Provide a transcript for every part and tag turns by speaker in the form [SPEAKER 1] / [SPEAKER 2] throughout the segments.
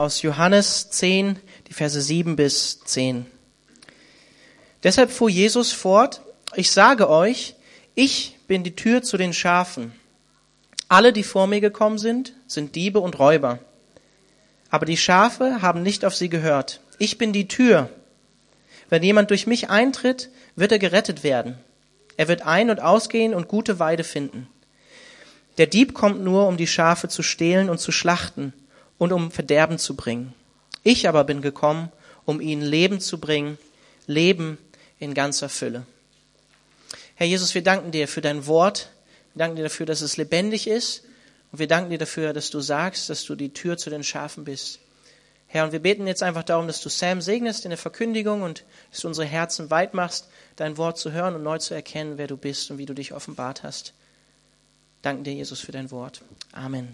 [SPEAKER 1] Aus Johannes 10, die Verse 7 bis 10. Deshalb fuhr Jesus fort: Ich sage euch, ich bin die Tür zu den Schafen. Alle, die vor mir gekommen sind Diebe und Räuber. Aber die Schafe haben nicht auf sie gehört. Ich bin die Tür. Wenn jemand durch mich eintritt, wird er gerettet werden. Er wird ein- und ausgehen und gute Weide finden. Der Dieb kommt nur, um die Schafe zu stehlen und zu schlachten und um Verderben zu bringen. Ich aber bin gekommen, um ihnen Leben zu bringen, Leben in ganzer Fülle. Herr Jesus, wir danken dir für dein Wort. Wir danken dir dafür, dass es lebendig ist. Und wir danken dir dafür, dass du sagst, dass du die Tür zu den Schafen bist. Herr, und wir beten jetzt einfach darum, dass du Sam segnest in der Verkündigung und dass du unsere Herzen weit machst, dein Wort zu hören und neu zu erkennen, wer du bist und wie du dich offenbart hast. Danken dir, Jesus, für dein Wort. Amen.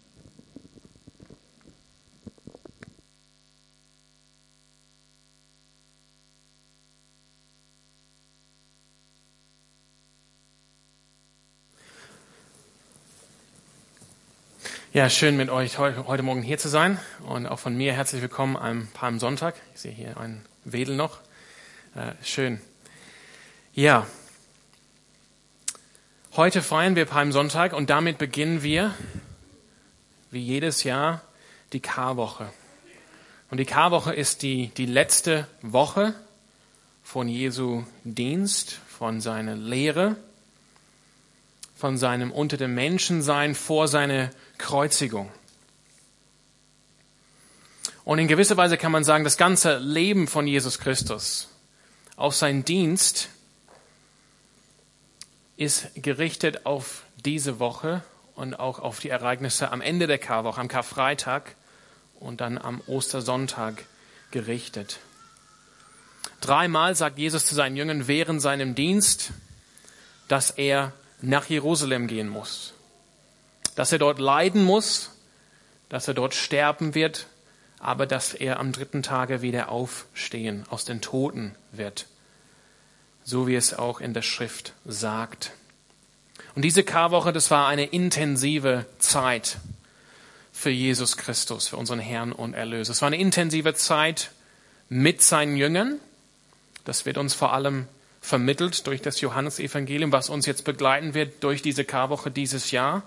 [SPEAKER 2] Ja, schön mit euch heute Morgen hier zu sein und auch von mir herzlich willkommen am Palmsonntag. Ich sehe hier einen Wedel noch. Schön. Ja, heute feiern wir Palmsonntag und damit beginnen wir, wie jedes Jahr, die Karwoche. Und die Karwoche ist die letzte Woche von Jesu Dienst, von seiner Lehre, von seinem unter den Menschen sein vor seiner Kreuzigung. Und in gewisser Weise kann man sagen, das ganze Leben von Jesus Christus, auch sein Dienst, ist gerichtet auf diese Woche und auch auf die Ereignisse am Ende der Karwoche, am Karfreitag und dann am Ostersonntag gerichtet. 3-mal sagt Jesus zu seinen Jüngern während seinem Dienst, dass er nach Jerusalem gehen muss, dass er dort leiden muss, dass er dort sterben wird, aber dass er am 3. Tage wieder aufstehen aus den Toten wird, so wie es auch in der Schrift sagt. Und diese Karwoche, das war eine intensive Zeit für Jesus Christus, für unseren Herrn und Erlöser. Es war eine intensive Zeit mit seinen Jüngern. Das wird uns vor allem vermittelt durch das Johannesevangelium, was uns jetzt begleiten wird durch diese Karwoche dieses Jahr.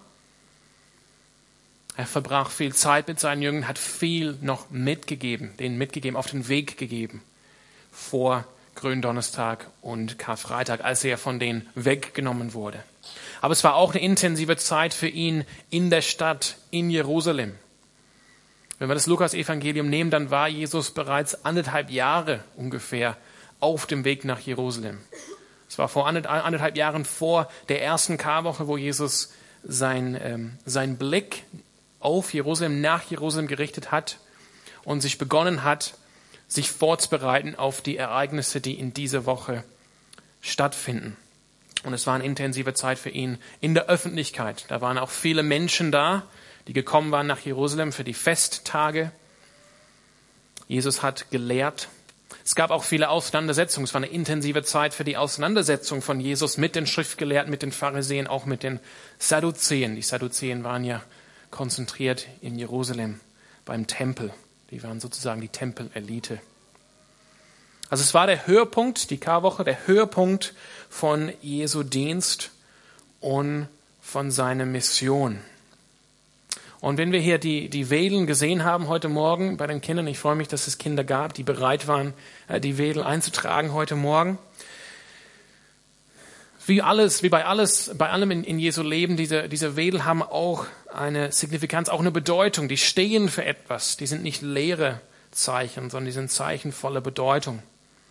[SPEAKER 2] Er verbrach viel Zeit mit seinen Jüngern, hat viel noch denen mitgegeben, auf den Weg gegeben vor Gründonnerstag und Karfreitag, als er von denen weggenommen wurde. Aber es war auch eine intensive Zeit für ihn in der Stadt, in Jerusalem. Wenn wir das Lukas-Evangelium nehmen, dann war Jesus bereits 1,5 Jahre ungefähr auf dem Weg nach Jerusalem. Es war vor 1,5 Jahren vor der ersten Karwoche, wo Jesus sein Blick auf Jerusalem, nach Jerusalem gerichtet hat und sich begonnen hat, sich vorzubereiten auf die Ereignisse, die in dieser Woche stattfinden. Und es war eine intensive Zeit für ihn in der Öffentlichkeit. Da waren auch viele Menschen da, die gekommen waren nach Jerusalem für die Festtage. Jesus hat gelehrt. Es gab auch viele Auseinandersetzungen. Es war eine intensive Zeit für die Auseinandersetzung von Jesus mit den Schriftgelehrten, mit den Pharisäern, auch mit den Sadduzäen. Die Sadduzäen waren ja konzentriert in Jerusalem beim Tempel. Die waren sozusagen die Tempelelite. Also es war der Höhepunkt, die Karwoche, der Höhepunkt von Jesu Dienst und von seiner Mission. Und wenn wir hier die Wedeln gesehen haben heute Morgen bei den Kindern, ich freue mich, dass es Kinder gab, die bereit waren, die Wedel einzutragen heute Morgen. Wie bei allem in Jesu Leben, diese Wedel haben auch eine Signifikanz, auch eine Bedeutung. Die stehen für etwas. Die sind nicht leere Zeichen, sondern die sind Zeichen voller Bedeutung.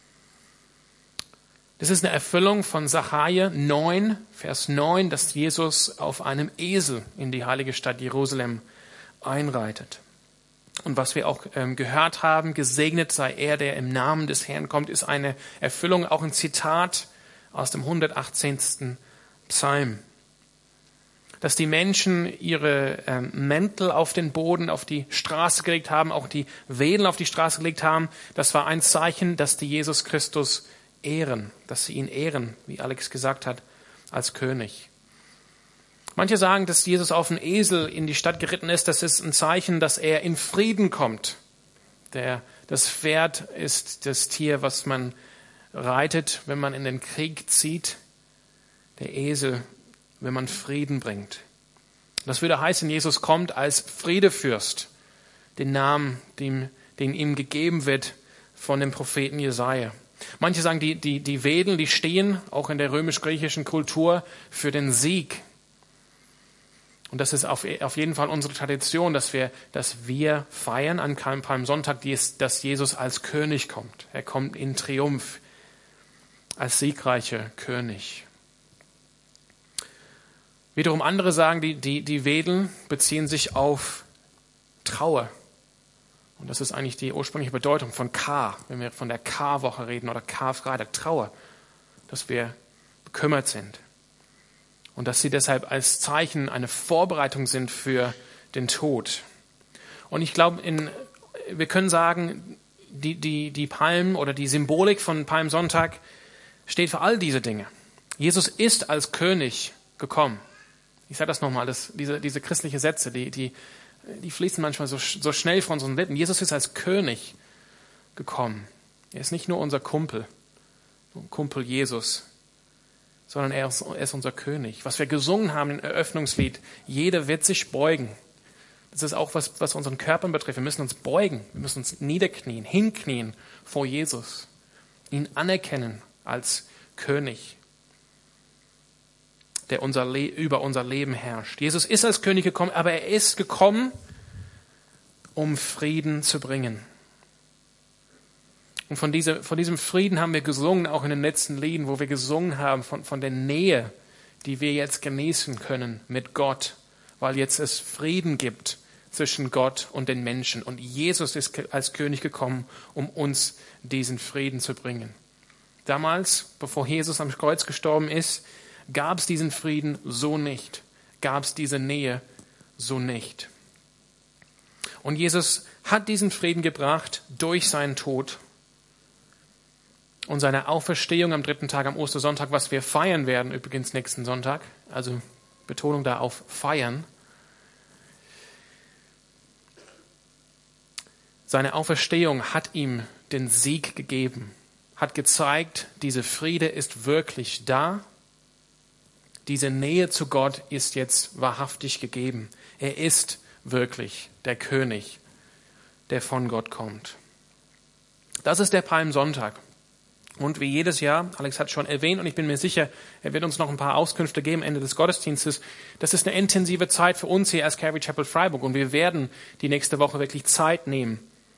[SPEAKER 2] Das ist eine Erfüllung von Sacharja 9, Vers 9, dass Jesus auf einem Esel in die heilige Stadt Jerusalem einreitet. Und was wir auch gehört haben, gesegnet sei er, der im Namen des Herrn kommt, ist eine Erfüllung, auch ein Zitat aus dem 118. Psalm. Dass die Menschen ihre Mäntel auf den Boden, auf die Straße gelegt haben, auch die Wedeln auf die Straße gelegt haben, das war ein Zeichen, dass die Jesus Christus ehren, dass sie ihn ehren, wie Alex gesagt hat, als König. Manche sagen, dass Jesus auf dem Esel in die Stadt geritten ist. Das ist ein Zeichen, dass er in Frieden kommt. Das Pferd ist das Tier, was man reitet, wenn man in den Krieg zieht. Der Esel, wenn man Frieden bringt. Das würde heißen, Jesus kommt als Friedefürst. Den Namen, den ihm gegeben wird von dem Propheten Jesaja. Manche sagen, die Wedeln, die stehen auch in der römisch-griechischen Kultur für den Sieg. Und das ist auf jeden Fall unsere Tradition, dass wir feiern an Palmsonntag, dass Jesus als König kommt. Er kommt in Triumph, als siegreicher König. Wiederum andere sagen, die Wedeln beziehen sich auf Trauer. Und das ist eigentlich die ursprüngliche Bedeutung von wenn wir von der Karwoche reden oder Karfreitag, Trauer, dass wir bekümmert sind. Und dass sie deshalb als Zeichen eine Vorbereitung sind für den Tod. Und ich glaube, wir können sagen, die Palmen oder die Symbolik von Palmsonntag steht für all diese Dinge. Jesus ist als König gekommen. Ich sage das nochmal, diese christliche Sätze, die fließen manchmal so schnell von unseren Lippen. Jesus ist als König gekommen. Er ist nicht nur unser Kumpel Jesus, sondern er ist unser König. Was wir gesungen haben im Eröffnungslied, jeder wird sich beugen. Das ist auch was unseren Körpern betrifft. Wir müssen uns beugen, wir müssen uns niederknien, hinknien vor Jesus, ihn anerkennen als König, der über unser Leben herrscht. Jesus ist als König gekommen, aber er ist gekommen, um Frieden zu bringen. Und von diesem Frieden haben wir gesungen, auch in den letzten Lieden, wo wir gesungen haben von der Nähe, die wir jetzt genießen können mit Gott, weil jetzt es Frieden gibt zwischen Gott und den Menschen. Und Jesus ist als König gekommen, um uns diesen Frieden zu bringen. Damals, bevor Jesus am Kreuz gestorben ist, gab es diesen Frieden so nicht, gab es diese Nähe so nicht. Und Jesus hat diesen Frieden gebracht durch seinen Tod und seine Auferstehung am 3. Tag, am Ostersonntag, was wir feiern werden, übrigens nächsten Sonntag. Also Betonung da auf feiern. Seine Auferstehung hat ihm den Sieg gegeben, hat gezeigt, dieser Friede ist wirklich da. Diese Nähe zu Gott ist jetzt wahrhaftig gegeben. Er ist wirklich der König, der von Gott kommt. Das ist der Palmsonntag. Und wie jedes Jahr, Alex hat schon erwähnt, und ich bin mir sicher, er wird uns noch ein paar Auskünfte geben am Ende des Gottesdienstes. Das ist eine intensive Zeit für uns hier als Calvary Chapel Freiburg. Und wir werden die nächste Woche wirklich Zeit nehmen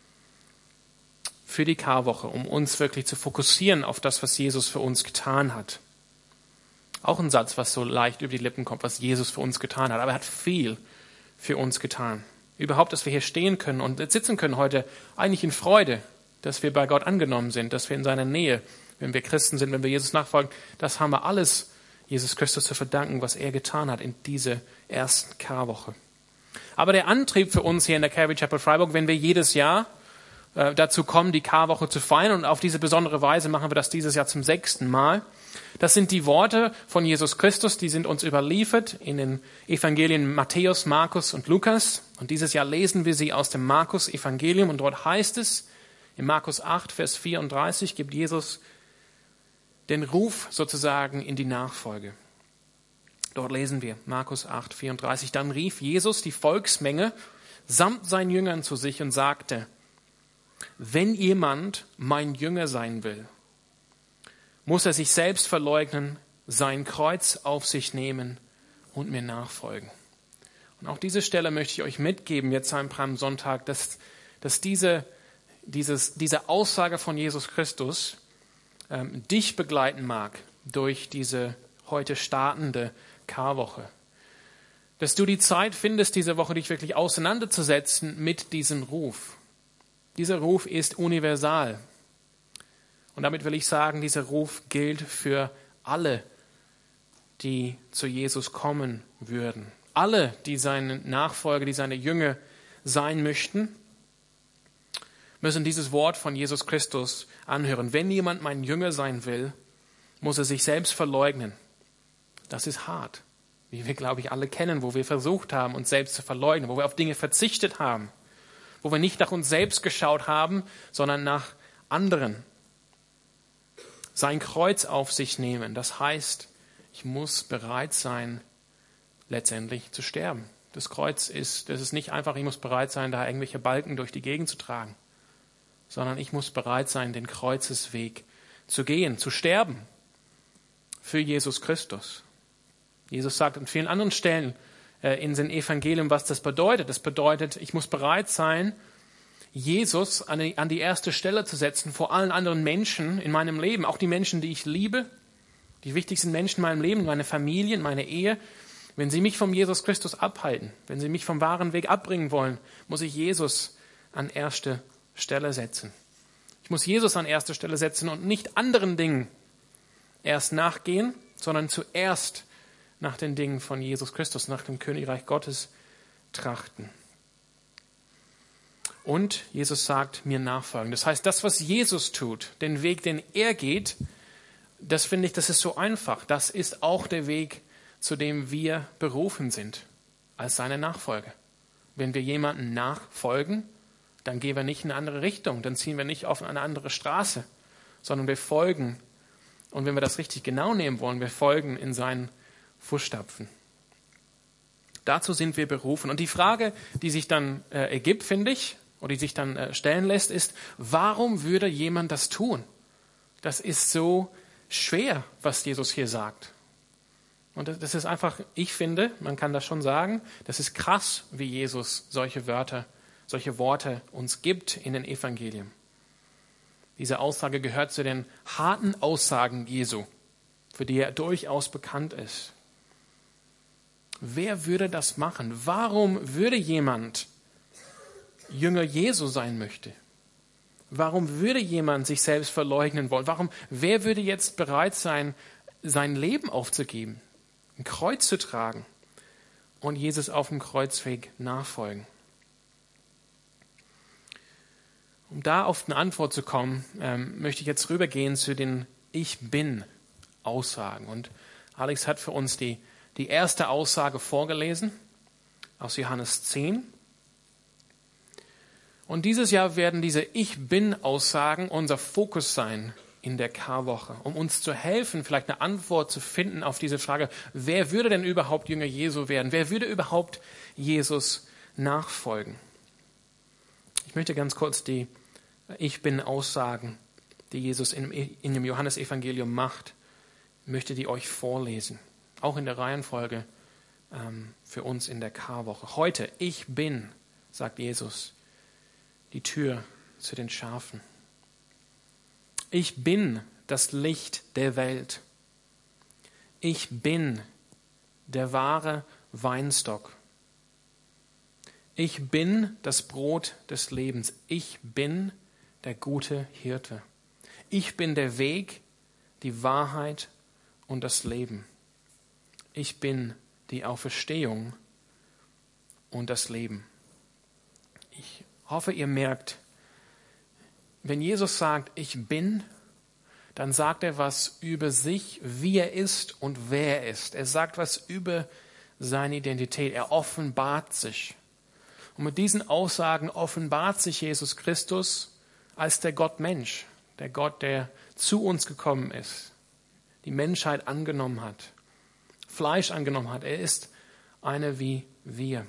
[SPEAKER 2] für die Karwoche, um uns wirklich zu fokussieren auf das, was Jesus für uns getan hat. Auch ein Satz, was so leicht über die Lippen kommt, was Jesus für uns getan hat. Aber er hat viel für uns getan. Überhaupt, dass wir hier stehen können und sitzen können heute, eigentlich in Freude, dass wir bei Gott angenommen sind, dass wir in seiner Nähe, wenn wir Christen sind, wenn wir Jesus nachfolgen, das haben wir alles Jesus Christus zu verdanken, was er getan hat in dieser ersten Karwoche. Aber der Antrieb für uns hier in der Calvary Chapel Freiburg, wenn wir jedes Jahr dazu kommen, die Karwoche zu feiern, und auf diese besondere Weise machen wir das dieses Jahr zum 6. Mal, das sind die Worte von Jesus Christus, die sind uns überliefert in den Evangelien Matthäus, Markus und Lukas. Und dieses Jahr lesen wir sie aus dem Markus-Evangelium, und dort heißt es, in Markus 8, Vers 34 gibt Jesus den Ruf sozusagen in die Nachfolge. Dort lesen wir, Markus 8, 34, dann rief Jesus die Volksmenge samt seinen Jüngern zu sich und sagte, wenn jemand mein Jünger sein will, muss er sich selbst verleugnen, sein Kreuz auf sich nehmen und mir nachfolgen. Und auch diese Stelle möchte ich euch mitgeben, jetzt am Palmsonntag, dass diese Aussage von Jesus Christus dich begleiten mag durch diese heute startende Karwoche. Dass du die Zeit findest, diese Woche dich wirklich auseinanderzusetzen mit diesem Ruf. Dieser Ruf ist universal. Und damit will ich sagen, dieser Ruf gilt für alle, die zu Jesus kommen würden. Alle, die seine Nachfolger, die seine Jünger sein möchten, müssen dieses Wort von Jesus Christus anhören. Wenn jemand mein Jünger sein will, muss er sich selbst verleugnen. Das ist hart. wie wir, glaube ich, alle kennen, wo wir versucht haben, uns selbst zu verleugnen, wo wir auf Dinge verzichtet haben, wo wir nicht nach uns selbst geschaut haben, sondern nach anderen. Sein Kreuz auf sich nehmen, das heißt, ich muss bereit sein, letztendlich zu sterben. Das ist nicht einfach, ich muss bereit sein, da irgendwelche Balken durch die Gegend zu tragen, sondern ich muss bereit sein, den Kreuzesweg zu gehen, zu sterben für Jesus Christus. Jesus sagt an vielen anderen Stellen in den Evangelium, was das bedeutet. Das bedeutet, ich muss bereit sein, Jesus an die erste Stelle zu setzen vor allen anderen Menschen in meinem Leben, auch die Menschen, die ich liebe, die wichtigsten Menschen in meinem Leben, meine Familie, meine Ehe. Wenn sie mich vom Jesus Christus abhalten, wenn sie mich vom wahren Weg abbringen wollen, muss ich Jesus an erste Stelle setzen. Ich muss Jesus an erste Stelle setzen und nicht anderen Dingen erst nachgehen, sondern zuerst nach den Dingen von Jesus Christus, nach dem Königreich Gottes trachten. Und Jesus sagt, mir nachfolgen. Das heißt, das, was Jesus tut, den Weg, den er geht, das finde ich, das ist so einfach. Das ist auch der Weg, zu dem wir berufen sind, als seine Nachfolger. Wenn wir jemandem nachfolgen, dann gehen wir nicht in eine andere Richtung, dann ziehen wir nicht auf eine andere Straße, sondern wir folgen. Und wenn wir das richtig genau nehmen wollen, wir folgen in seinen Fußstapfen. Dazu sind wir berufen. Und die Frage, die sich dann ergibt, finde ich, oder die sich dann stellen lässt, ist, warum würde jemand das tun? Das ist so schwer, was Jesus hier sagt. Und das ist einfach, ich finde, man kann das schon sagen, das ist krass, wie Jesus solche Worte uns gibt in den Evangelien. Diese Aussage gehört zu den harten Aussagen Jesu, für die er durchaus bekannt ist. Wer würde das machen? Warum würde jemand Jünger Jesu sein möchte? Warum würde jemand sich selbst verleugnen wollen? Wer würde jetzt bereit sein, sein Leben aufzugeben, ein Kreuz zu tragen und Jesus auf dem Kreuzweg nachfolgen? Um da auf eine Antwort zu kommen, möchte ich jetzt rübergehen zu den Ich-Bin-Aussagen. Und Alex hat für uns die erste Aussage vorgelesen aus Johannes 10. Und dieses Jahr werden diese Ich-Bin-Aussagen unser Fokus sein in der Karwoche, um uns zu helfen, vielleicht eine Antwort zu finden auf diese Frage, wer würde denn überhaupt Jünger Jesu werden? Wer würde überhaupt Jesus nachfolgen? Ich möchte ganz kurz die Ich-Bin-Aussagen, die Jesus in dem Johannesevangelium macht, möchte die euch vorlesen. Auch in der Reihenfolge für uns in der Karwoche. Heute, ich bin, sagt Jesus, die Tür zu den Schafen. Ich bin das Licht der Welt. Ich bin der wahre Weinstock. Ich bin das Brot des Lebens. Ich bin der gute Hirte. Ich bin der Weg, die Wahrheit und das Leben. Ich bin die Auferstehung und das Leben. Ich hoffe, ihr merkt, wenn Jesus sagt, ich bin, dann sagt er was über sich, wie er ist und wer er ist. Er sagt was über seine Identität. Er offenbart sich. Und mit diesen Aussagen offenbart sich Jesus Christus als der Gott-Mensch, der Gott, der zu uns gekommen ist, die Menschheit angenommen hat, Fleisch angenommen hat. Er ist einer wie wir.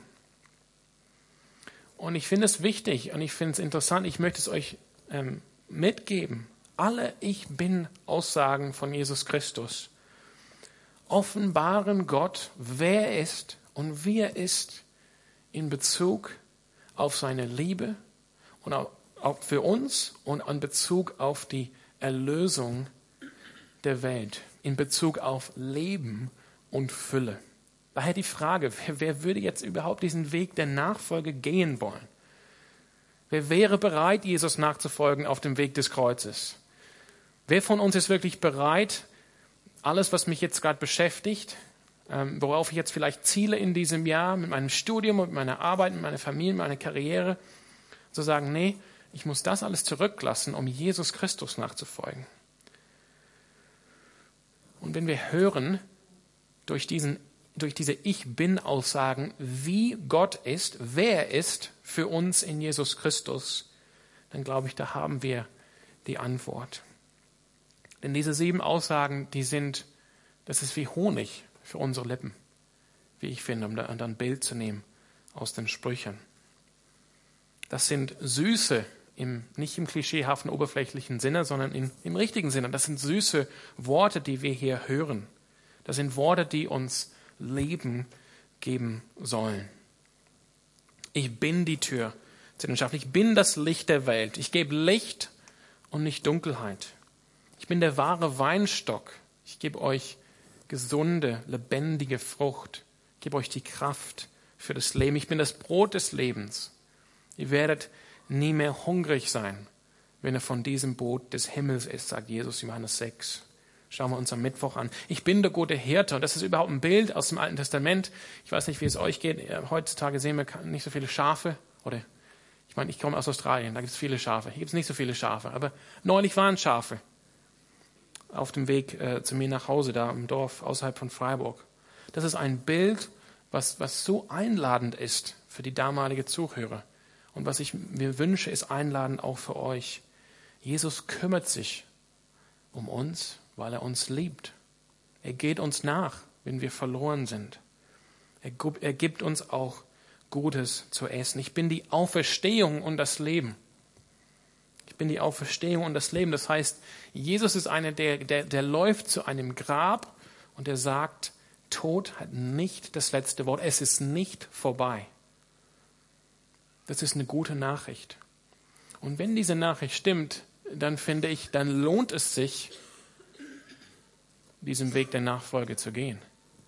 [SPEAKER 2] Und ich finde es wichtig und ich finde es interessant, ich möchte es euch mitgeben. Alle Ich-Bin-Aussagen von Jesus Christus offenbaren Gott, wer er ist und wie er ist in Bezug auf seine Liebe und auch für uns und in Bezug auf die Erlösung der Welt, in Bezug auf Leben und Fülle. Daher die Frage, wer würde jetzt überhaupt diesen Weg der Nachfolge gehen wollen? Wer wäre bereit, Jesus nachzufolgen auf dem Weg des Kreuzes? Wer von uns ist wirklich bereit, alles, was mich jetzt gerade beschäftigt, worauf ich jetzt vielleicht ziele in diesem Jahr, mit meinem Studium, mit meiner Arbeit, mit meiner Familie, mit meiner Karriere, zu sagen, nee, ich muss das alles zurücklassen, um Jesus Christus nachzufolgen. Und wenn wir hören, durch diesen durch diese Ich-Bin-Aussagen, wie Gott ist, wer er ist für uns in Jesus Christus, dann glaube ich, da haben wir die Antwort. Denn diese 7 Aussagen, das ist wie Honig für unsere Lippen, wie ich finde, um da ein Bild zu nehmen aus den Sprüchen. Das sind süße, nicht im klischeehaften, oberflächlichen Sinne, sondern im richtigen Sinne. Das sind süße Worte, die wir hier hören. Das sind Worte, die uns Leben geben sollen. Ich bin die Tür zu den Schafen. Ich bin das Licht der Welt. Ich gebe Licht und nicht Dunkelheit. Ich bin der wahre Weinstock. Ich gebe euch gesunde, lebendige Frucht. Ich gebe euch die Kraft für das Leben. Ich bin das Brot des Lebens. Ihr werdet nie mehr hungrig sein, wenn ihr von diesem Brot des Himmels isst, sagt Jesus in Johannes 6. Schauen wir uns am Mittwoch an. Ich bin der gute Hirte. Und das ist überhaupt ein Bild aus dem Alten Testament. Ich weiß nicht, wie es euch geht. Heutzutage sehen wir nicht so viele Schafe. Ich komme aus Australien, da gibt es viele Schafe. Hier gibt es nicht so viele Schafe. Aber neulich waren Schafe auf dem Weg zu mir nach Hause, da im Dorf außerhalb von Freiburg. Das ist ein Bild, was so einladend ist für die damalige Zuhörer. Und was ich mir wünsche, ist einladend auch für euch. Jesus kümmert sich um uns, weil er uns liebt. Er geht uns nach, wenn wir verloren sind. Er gibt uns auch Gutes zu essen. Ich bin die Auferstehung und das Leben. Ich bin die Auferstehung und das Leben. Das heißt, Jesus ist einer, der läuft zu einem Grab und der sagt, Tod hat nicht das letzte Wort. Es ist nicht vorbei. Das ist eine gute Nachricht. Und wenn diese Nachricht stimmt, dann finde ich, dann lohnt es sich, diesen Weg der Nachfolge zu gehen.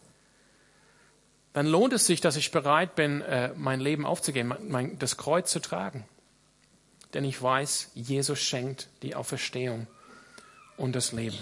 [SPEAKER 2] Dann lohnt es sich, dass ich bereit bin, mein Leben aufzugeben, das Kreuz zu tragen. Denn ich weiß, Jesus schenkt die Auferstehung und das Leben.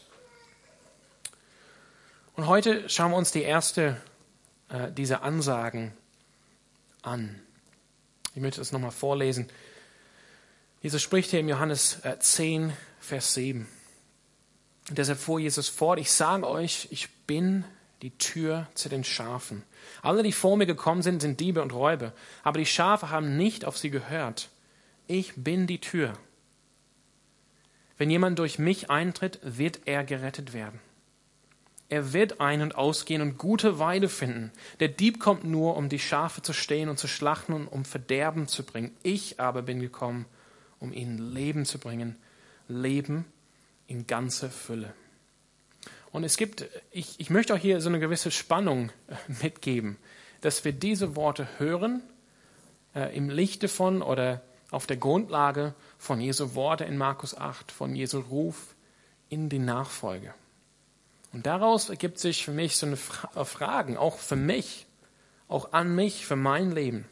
[SPEAKER 2] Und heute schauen wir uns die erste dieser Ansagen an. Ich möchte das nochmal vorlesen. Jesus spricht hier in Johannes 10, Vers 7. Und deshalb fuhr Jesus fort, ich sage euch, ich bin die Tür zu den Schafen. Alle, die vor mir gekommen sind, sind Diebe und Räuber. Aber die Schafe haben nicht auf sie gehört. Ich bin die Tür. Wenn jemand durch mich eintritt, wird er gerettet werden. Er wird ein- und ausgehen und gute Weide finden. Der Dieb kommt nur, um die Schafe zu stehlen und zu schlachten und um Verderben zu bringen. Ich aber bin gekommen, um ihnen Leben zu bringen. Leben in ganzer Fülle. Und ich möchte auch hier so eine gewisse Spannung mitgeben, dass wir diese Worte hören, im Lichte von oder auf der Grundlage von Jesu Worte in Markus 8, von Jesu Ruf in die Nachfolge. Und daraus ergibt sich für mich so eine Fragen, auch für mich, auch an mich, für mein Leben.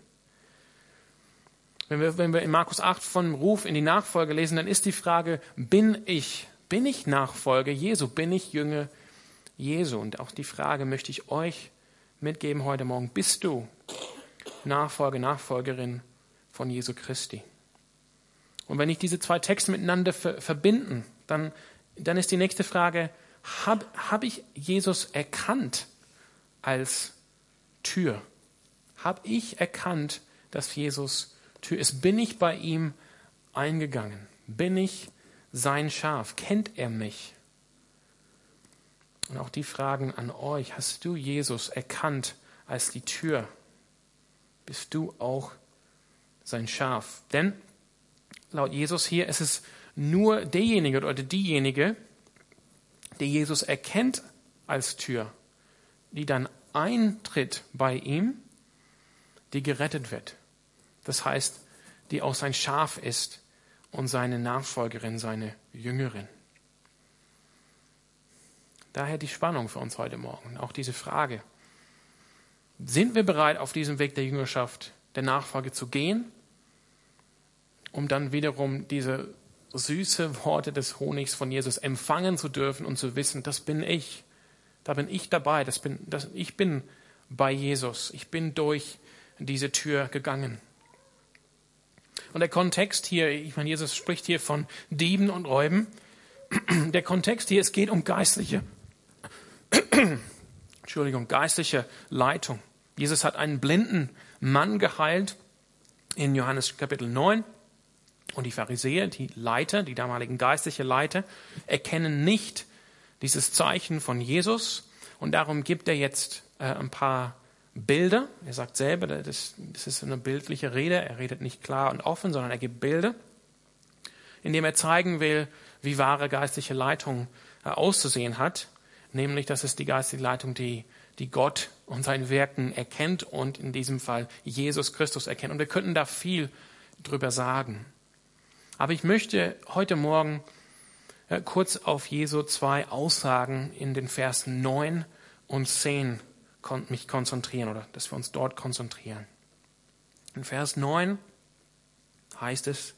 [SPEAKER 2] Wenn wir in Markus 8 von Ruf in die Nachfolge lesen, dann ist die Frage, bin ich Nachfolger Jesu? Bin ich Jünger Jesu? Und auch die Frage möchte ich euch mitgeben heute Morgen. Bist du Nachfolger, Nachfolgerin von Jesu Christi? Und wenn ich diese 2 Texte miteinander verbinden, dann ist die nächste Frage, hab ich Jesus erkannt als Tür? Habe ich erkannt, dass Jesus Tür ist? Bin ich bei ihm eingegangen? Bin ich sein Schaf? Kennt er mich? Und auch die Fragen an euch. Hast du Jesus erkannt als die Tür? Bist du auch sein Schaf? Denn laut Jesus hier ist es nur derjenige oder diejenige, der Jesus erkennt als Tür, die dann eintritt bei ihm, die gerettet wird. Das heißt, die auch sein Schaf ist und seine Nachfolgerin, seine Jüngerin. Daher die Spannung für uns heute Morgen. Auch diese Frage. Sind wir bereit, auf diesem Weg der Jüngerschaft, der Nachfolge zu gehen, um dann wiederum diese süße Worte des Honigs von Jesus empfangen zu dürfen und zu wissen, das bin ich. Da bin ich dabei. Ich bin bei Jesus. Ich bin durch diese Tür gegangen. Und der Kontext hier, Jesus spricht hier von Dieben und Räuben. Der Kontext hier, es geht um geistliche geistliche Leitung. Jesus hat einen blinden Mann geheilt in Johannes Kapitel 9. Und die Pharisäer, die Leiter, die damaligen geistlichen Leiter, erkennen nicht dieses Zeichen von Jesus. Und darum gibt er jetzt ein paar Bilder. Er sagt selber, das ist eine bildliche Rede. Er redet nicht klar und offen, sondern er gibt Bilder, indem er zeigen will, wie wahre geistliche Leitung auszusehen hat. Nämlich, das ist die geistliche Leitung, die Gott und sein Wirken erkennt und in diesem Fall Jesus Christus erkennt. Und wir könnten da viel drüber sagen. Aber ich möchte heute Morgen kurz auf Jesu 2 Aussagen in den Versen 9 und 10 mich konzentrieren oder dass wir uns dort konzentrieren. In Vers 9 heißt es,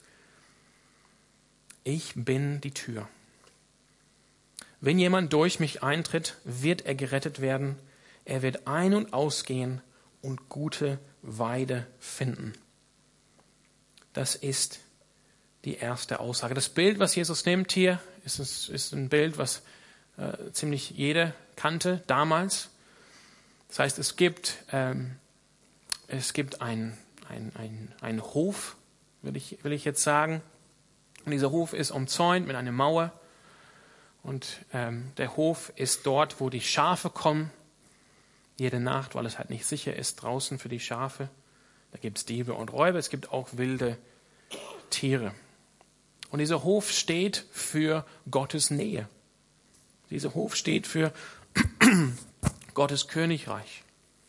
[SPEAKER 2] ich bin die Tür. Wenn jemand durch mich eintritt, wird er gerettet werden. Er wird ein- und ausgehen und gute Weide finden. Das ist die erste Aussage. Das Bild, was Jesus nimmt hier, ist ein Bild, was ziemlich jeder kannte damals. Das heißt, es gibt einen Hof, will ich jetzt sagen. Und dieser Hof ist umzäunt mit einer Mauer. Und der Hof ist dort, wo die Schafe kommen, jede Nacht, weil es halt nicht sicher ist draußen für die Schafe. Da gibt es Diebe und Räuber, es gibt auch wilde Tiere. Und dieser Hof steht für Gottes Nähe. Dieser Hof steht für Gottes Königreich.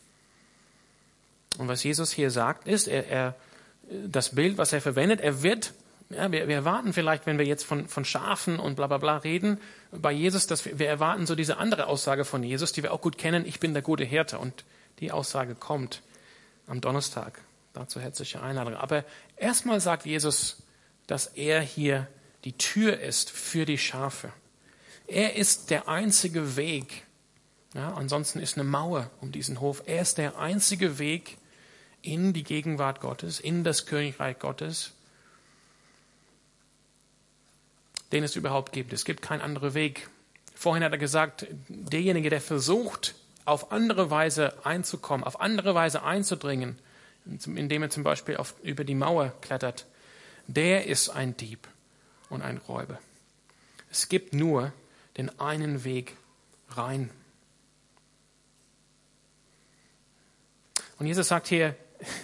[SPEAKER 2] Und was Jesus hier sagt, ist, das Bild, was er verwendet, wir erwarten vielleicht, wenn wir jetzt von Schafen und bla bla bla reden, bei Jesus, dass wir erwarten so diese andere Aussage von Jesus, die wir auch gut kennen, ich bin der gute Hirte. Und die Aussage kommt am Donnerstag. Dazu herzliche Einladung. Aber erstmal sagt Jesus, dass er hier die Tür ist für die Schafe. Er ist der einzige Weg. Ja, ansonsten ist eine Mauer um diesen Hof. Er ist der einzige Weg in die Gegenwart Gottes, in das Königreich Gottes, den es überhaupt gibt. Es gibt keinen anderen Weg. Vorhin hat er gesagt, derjenige, der versucht, auf andere Weise einzukommen, auf andere Weise einzudringen, indem er zum Beispiel über die Mauer klettert, der ist ein Dieb und ein Räuber. Es gibt nur den einen Weg rein. Und Jesus sagt hier,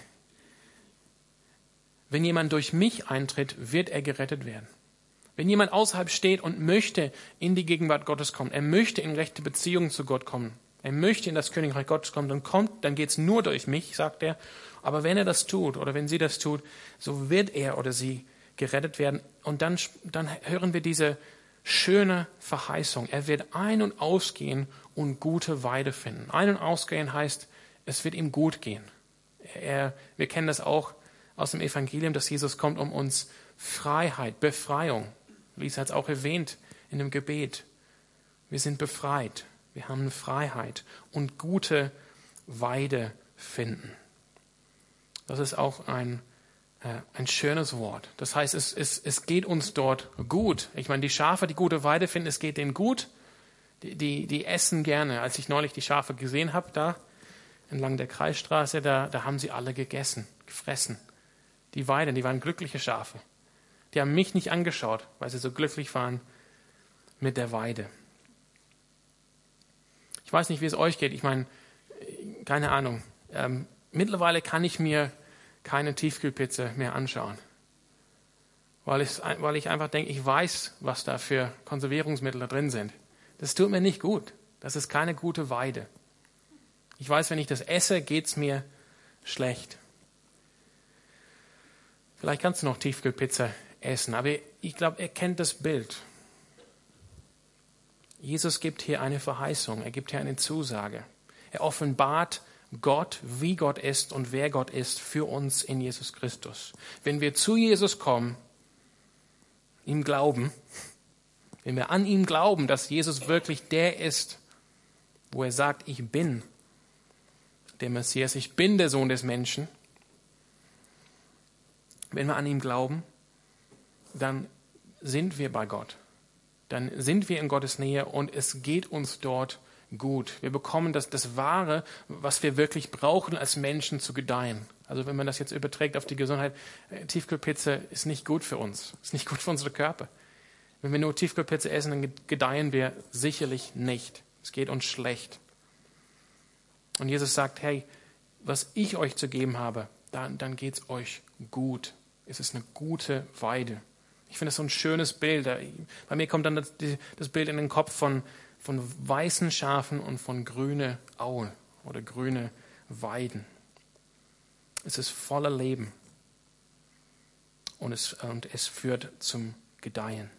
[SPEAKER 2] wenn jemand durch mich eintritt, wird er gerettet werden. Wenn jemand außerhalb steht und möchte in die Gegenwart Gottes kommen, er möchte in rechte Beziehung zu Gott kommen, er möchte in das Königreich Gottes kommen, dann geht es nur durch mich, sagt er. Aber wenn er das tut oder wenn sie das tut, so wird er oder sie gerettet werden. Und dann hören wir diese schöne Verheißung. Er wird ein- und ausgehen und gute Weide finden. Ein- und ausgehen heißt, es wird ihm gut gehen. Wir kennen das auch aus dem Evangelium, dass Jesus kommt, um uns Freiheit, Befreiung. Lisa hat es auch erwähnt in dem Gebet. Wir sind befreit. Wir haben eine Freiheit und gute Weide finden. Das ist auch ein schönes Wort. Das heißt, es geht uns dort gut. Ich meine, die Schafe, die gute Weide finden, es geht denen gut. Die essen gerne. Als ich neulich die Schafe gesehen habe, da entlang der Kreisstraße, da haben sie alle gefressen. Die Weiden, die waren glückliche Schafe. Die haben mich nicht angeschaut, weil sie so glücklich waren mit der Weide. Ich weiß nicht, wie es euch geht. Ich meine, keine Ahnung. Mittlerweile kann ich mir keine Tiefkühlpizza mehr anschauen. Weil ich einfach denke, ich weiß, was da für Konservierungsmittel da drin sind. Das tut mir nicht gut. Das ist keine gute Weide. Ich weiß, wenn ich das esse, geht es mir schlecht. Vielleicht kannst du noch Tiefkühlpizza essen, aber ich glaube, er kennt das Bild. Jesus gibt hier eine Verheißung, er gibt hier eine Zusage. Er offenbart Gott, wie Gott ist und wer Gott ist für uns in Jesus Christus. Wenn wir zu Jesus kommen, ihm glauben, wenn wir an ihm glauben, dass Jesus wirklich der ist, wo er sagt, ich bin der Messias, ich bin der Sohn des Menschen. Wenn wir an ihm glauben, dann sind wir bei Gott. Dann sind wir in Gottes Nähe und es geht uns dort gut. Wir bekommen das Wahre, was wir wirklich brauchen, als Menschen zu gedeihen. Also wenn man das jetzt überträgt auf die Gesundheit, Tiefkühlpizza ist nicht gut für uns, ist nicht gut für unsere Körper. Wenn wir nur Tiefkühlpizza essen, dann gedeihen wir sicherlich nicht. Es geht uns schlecht. Und Jesus sagt, hey, was ich euch zu geben habe, dann geht's euch gut. Es ist eine gute Weide. Ich finde das so ein schönes Bild. Bei mir kommt dann das Bild in den Kopf von weißen Schafen und von grüne Auen oder grüne Weiden. Es ist voller Leben und es führt zum Gedeihen.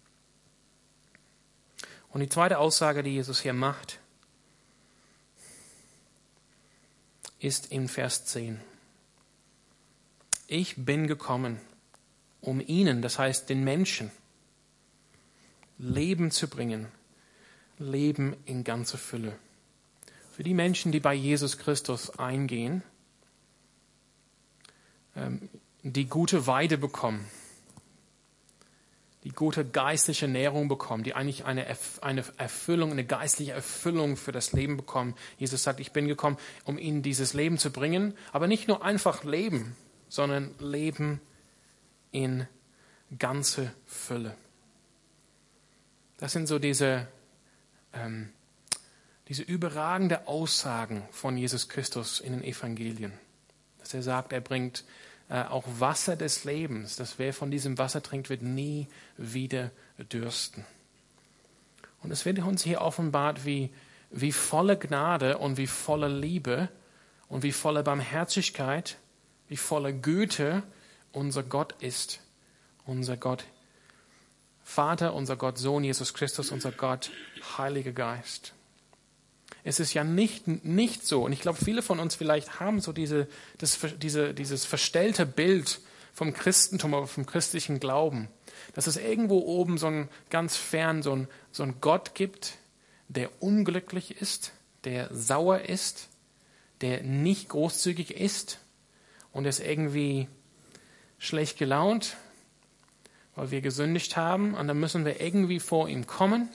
[SPEAKER 2] Und die zweite Aussage, die Jesus hier macht, ist in Vers 10. Ich bin gekommen, um ihnen, das heißt den Menschen, Leben zu bringen. Leben in ganzer Fülle. Für die Menschen, die bei Jesus Christus eingehen, die gute Weide bekommen, die gute geistliche Nährung bekommen, die eigentlich eine Erfüllung, eine geistliche Erfüllung für das Leben bekommen. Jesus sagt, ich bin gekommen, um ihnen dieses Leben zu bringen, aber nicht nur einfach Leben, sondern Leben in ganze Fülle. Das sind so diese überragende Aussagen von Jesus Christus in den Evangelien. Dass er sagt, er bringt auch Wasser des Lebens, dass wer von diesem Wasser trinkt, wird nie wieder dürsten. Und es wird uns hier offenbart, wie voller Gnade und wie voller Liebe und wie voller Barmherzigkeit, wie voller Güte unser Gott ist. Unser Gott Vater, unser Gott Sohn, Jesus Christus, unser Gott Heiliger Geist. Es ist ja nicht so, und ich glaube, viele von uns vielleicht haben so dieses verstellte Bild vom Christentum oder vom christlichen Glauben, dass es irgendwo oben ganz fern so ein Gott gibt, der unglücklich ist, der sauer ist, der nicht großzügig ist und ist irgendwie schlecht gelaunt, weil wir gesündigt haben, und dann müssen wir irgendwie vor ihm kommen.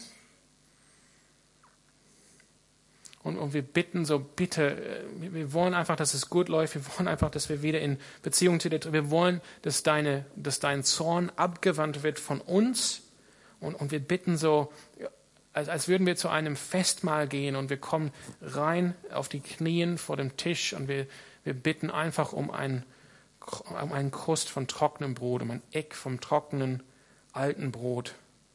[SPEAKER 2] Und wir bitten so, bitte, wir wollen einfach, dass es gut läuft, wir wollen einfach, dass wir wieder in Beziehung zu dir, wir wollen, dass dein Zorn abgewandt wird von uns, und wir bitten so, als würden wir zu einem Festmahl gehen, und wir kommen rein auf die Knien vor dem Tisch, und wir bitten einfach um einen Krust von trockenem Brot, um ein Eck vom trockenen alten Brot.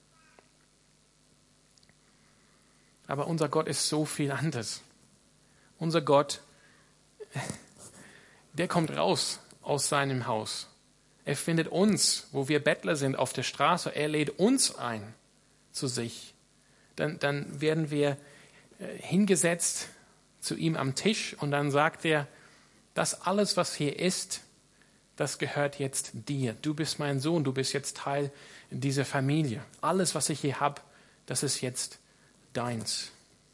[SPEAKER 2] Aber unser Gott ist so viel anders. Unser Gott, der kommt raus aus seinem Haus. Er findet uns, wo wir Bettler sind, auf der Straße. Er lädt uns ein zu sich. Dann werden wir hingesetzt zu ihm am Tisch, und dann sagt er, das alles, was hier ist, das gehört jetzt dir. Du bist mein Sohn, du bist jetzt Teil dieser Familie. Alles, was ich hier habe, das ist jetzt deins.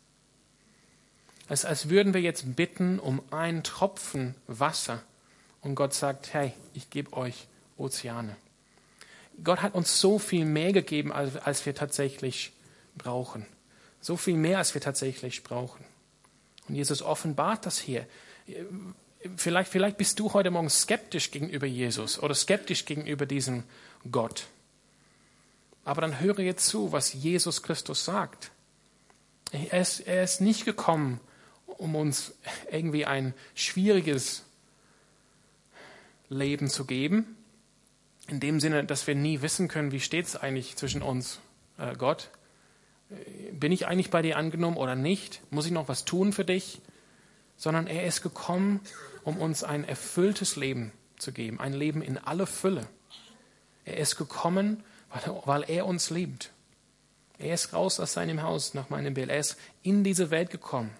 [SPEAKER 2] Als würden wir jetzt bitten um einen Tropfen Wasser, und Gott sagt, hey, ich gebe euch Ozeane. Gott hat uns so viel mehr gegeben, als wir tatsächlich brauchen. So viel mehr, als wir tatsächlich brauchen. Und Jesus offenbart das hier. Vielleicht bist du heute Morgen skeptisch gegenüber Jesus oder skeptisch gegenüber diesem Gott. Aber dann höre jetzt zu, was Jesus Christus sagt. Er ist nicht gekommen, um uns irgendwie ein schwieriges Leben zu geben, in dem Sinne, dass wir nie wissen können, wie steht es eigentlich zwischen uns, Gott. Bin ich eigentlich bei dir angenommen oder nicht? Muss ich noch was tun für dich? Sondern er ist gekommen, um uns ein erfülltes Leben zu geben, ein Leben in aller Fülle. Er ist gekommen, weil er uns liebt. Er ist raus aus seinem Haus, nach meinem Bild. Er ist in diese Welt gekommen.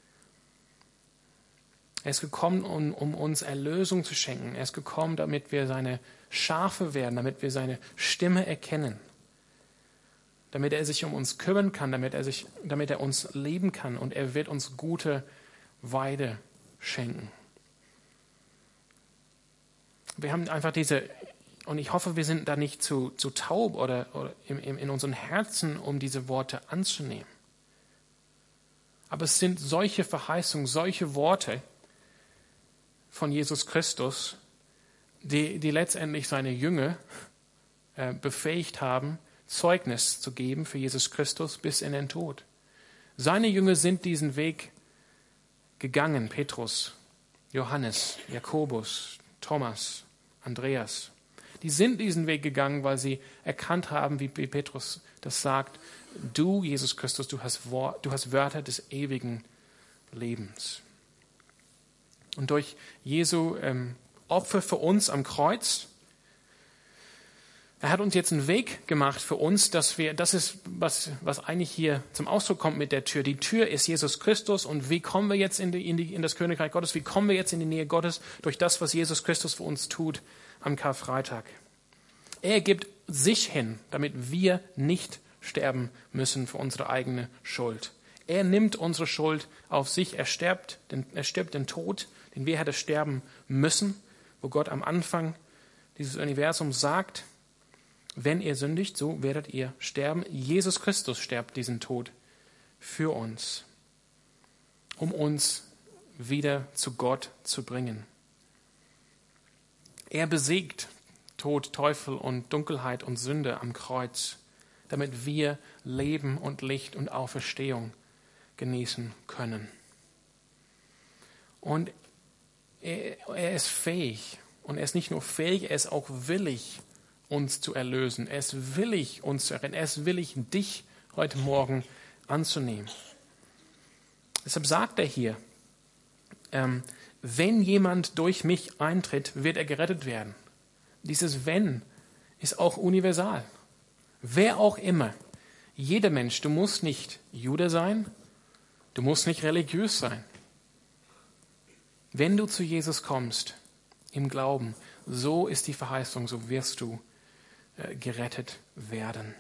[SPEAKER 2] Er ist gekommen, um uns Erlösung zu schenken. Er ist gekommen, damit wir seine Schafe werden, damit wir seine Stimme erkennen. Damit er sich um uns kümmern kann, damit er uns lieben kann. Und er wird uns gute Weide schenken. Wir haben einfach und ich hoffe, wir sind da nicht zu taub oder in unseren Herzen, um diese Worte anzunehmen. Aber es sind solche Verheißungen, solche Worte von Jesus Christus, die letztendlich seine Jünger befähigt haben, Zeugnis zu geben für Jesus Christus bis in den Tod. Seine Jünger sind diesen Weg gegangen, Petrus, Johannes, Jakobus, Thomas, Andreas. Die sind diesen Weg gegangen, weil sie erkannt haben, wie Petrus das sagt, du, Jesus Christus, du hast Wörter des ewigen Lebens. Und durch Jesu Opfer für uns am Kreuz, er hat uns jetzt einen Weg gemacht für uns, das ist, was eigentlich hier zum Ausdruck kommt mit der Tür. Die Tür ist Jesus Christus und wie kommen wir jetzt in das Königreich Gottes? Wie kommen wir jetzt in die Nähe Gottes? Durch das, was Jesus Christus für uns tut am Karfreitag. Er gibt sich hin, damit wir nicht sterben müssen für unsere eigene Schuld. Er nimmt unsere Schuld auf sich, er stirbt den Tod, den wir hätten sterben müssen, wo Gott am Anfang dieses Universums sagt, wenn ihr sündigt, so werdet ihr sterben. Jesus Christus stirbt diesen Tod für uns, um uns wieder zu Gott zu bringen. Er besiegt Tod, Teufel und Dunkelheit und Sünde am Kreuz, damit wir Leben und Licht und Auferstehung genießen können. Und er ist fähig, und er ist nicht nur fähig, er ist auch willig, uns zu erlösen. Er ist willig, uns zu retten. Er ist willig, dich heute Morgen anzunehmen. Deshalb sagt er hier, wenn jemand durch mich eintritt, wird er gerettet werden. Dieses Wenn ist auch universal. Wer auch immer, jeder Mensch, du musst nicht Jude sein, du musst nicht religiös sein. Wenn du zu Jesus kommst, im Glauben, so ist die Verheißung, so wirst du gerettet werden.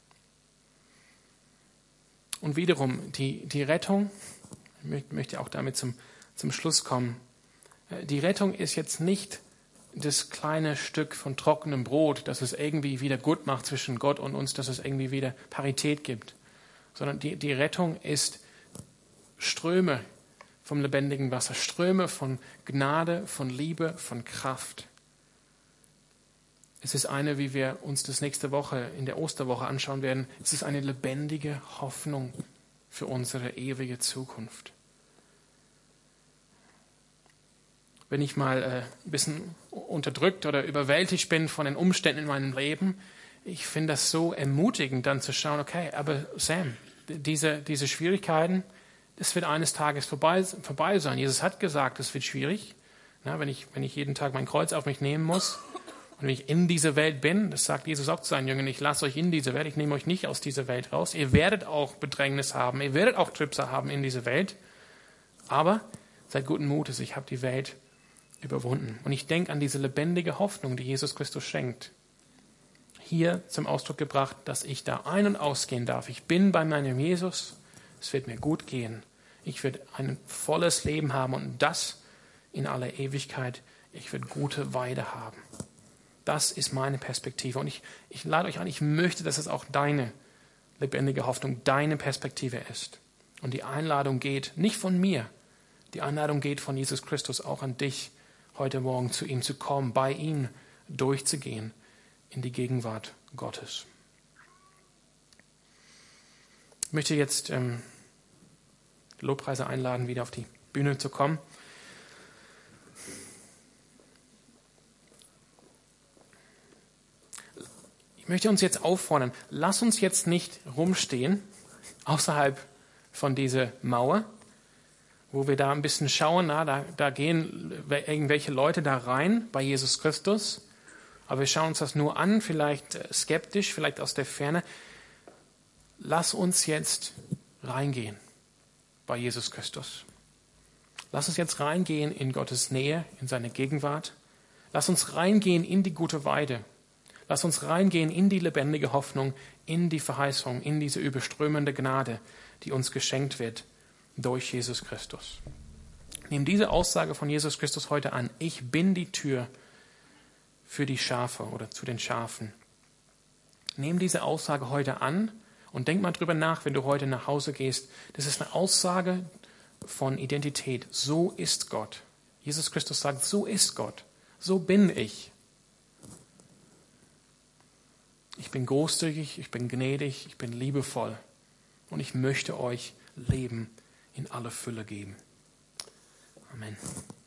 [SPEAKER 2] Und wiederum, die Rettung, ich möchte auch damit zum Schluss kommen, die Rettung ist jetzt nicht das kleine Stück von trockenem Brot, das es irgendwie wieder gut macht zwischen Gott und uns, dass es irgendwie wieder Parität gibt, sondern die Rettung ist Ströme vom lebendigen Wasser, Ströme von Gnade, von Liebe, von Kraft. Es ist eine, wie wir uns das nächste Woche in der Osterwoche anschauen werden, es ist eine lebendige Hoffnung für unsere ewige Zukunft. Wenn ich mal ein bisschen unterdrückt oder überwältigt bin von den Umständen in meinem Leben, ich finde das so ermutigend, dann zu schauen, okay, aber Sam, diese Schwierigkeiten, das wird eines Tages vorbei sein. Jesus hat gesagt, es wird schwierig, wenn ich jeden Tag mein Kreuz auf mich nehmen muss. Und wenn ich in dieser Welt bin, das sagt Jesus auch zu seinen Jüngern, ich lasse euch in diese Welt, ich nehme euch nicht aus dieser Welt raus. Ihr werdet auch Bedrängnis haben, ihr werdet auch Trübsal haben in dieser Welt. Aber seid guten Mutes, ich habe die Welt überwunden. Und ich denke an diese lebendige Hoffnung, die Jesus Christus schenkt. Hier zum Ausdruck gebracht, dass ich da ein- und ausgehen darf. Ich bin bei meinem Jesus, es wird mir gut gehen. Ich werde ein volles Leben haben und das in aller Ewigkeit. Ich werde gute Weide haben. Das ist meine Perspektive. Und ich lade euch an, ich möchte, dass es auch deine lebendige Hoffnung, deine Perspektive ist. Und die Einladung geht nicht von mir, die Einladung geht von Jesus Christus auch an dich, heute Morgen zu ihm zu kommen, bei ihm durchzugehen in die Gegenwart Gottes. Ich möchte jetzt die Lobpreise einladen, wieder auf die Bühne zu kommen. Ich möchte uns jetzt auffordern, lass uns jetzt nicht rumstehen außerhalb von dieser Mauer, wo wir da ein bisschen schauen, da gehen irgendwelche Leute da rein bei Jesus Christus, aber wir schauen uns das nur an, vielleicht skeptisch, vielleicht aus der Ferne. Lass uns jetzt reingehen bei Jesus Christus. Lass uns jetzt reingehen in Gottes Nähe, in seine Gegenwart. Lass uns reingehen in die gute Weide. Lass uns reingehen in die lebendige Hoffnung, in die Verheißung, in diese überströmende Gnade, die uns geschenkt wird durch Jesus Christus. Nimm diese Aussage von Jesus Christus heute an. Ich bin die Tür für die Schafe oder zu den Schafen. Nimm diese Aussage heute an Und denk mal drüber nach, wenn du heute nach Hause gehst. Das ist eine Aussage von Identität. So ist Gott. Jesus Christus sagt, so ist Gott. So bin ich. Ich bin großzügig, ich bin gnädig, ich bin liebevoll. Und ich möchte euch Leben in aller Fülle geben. Amen.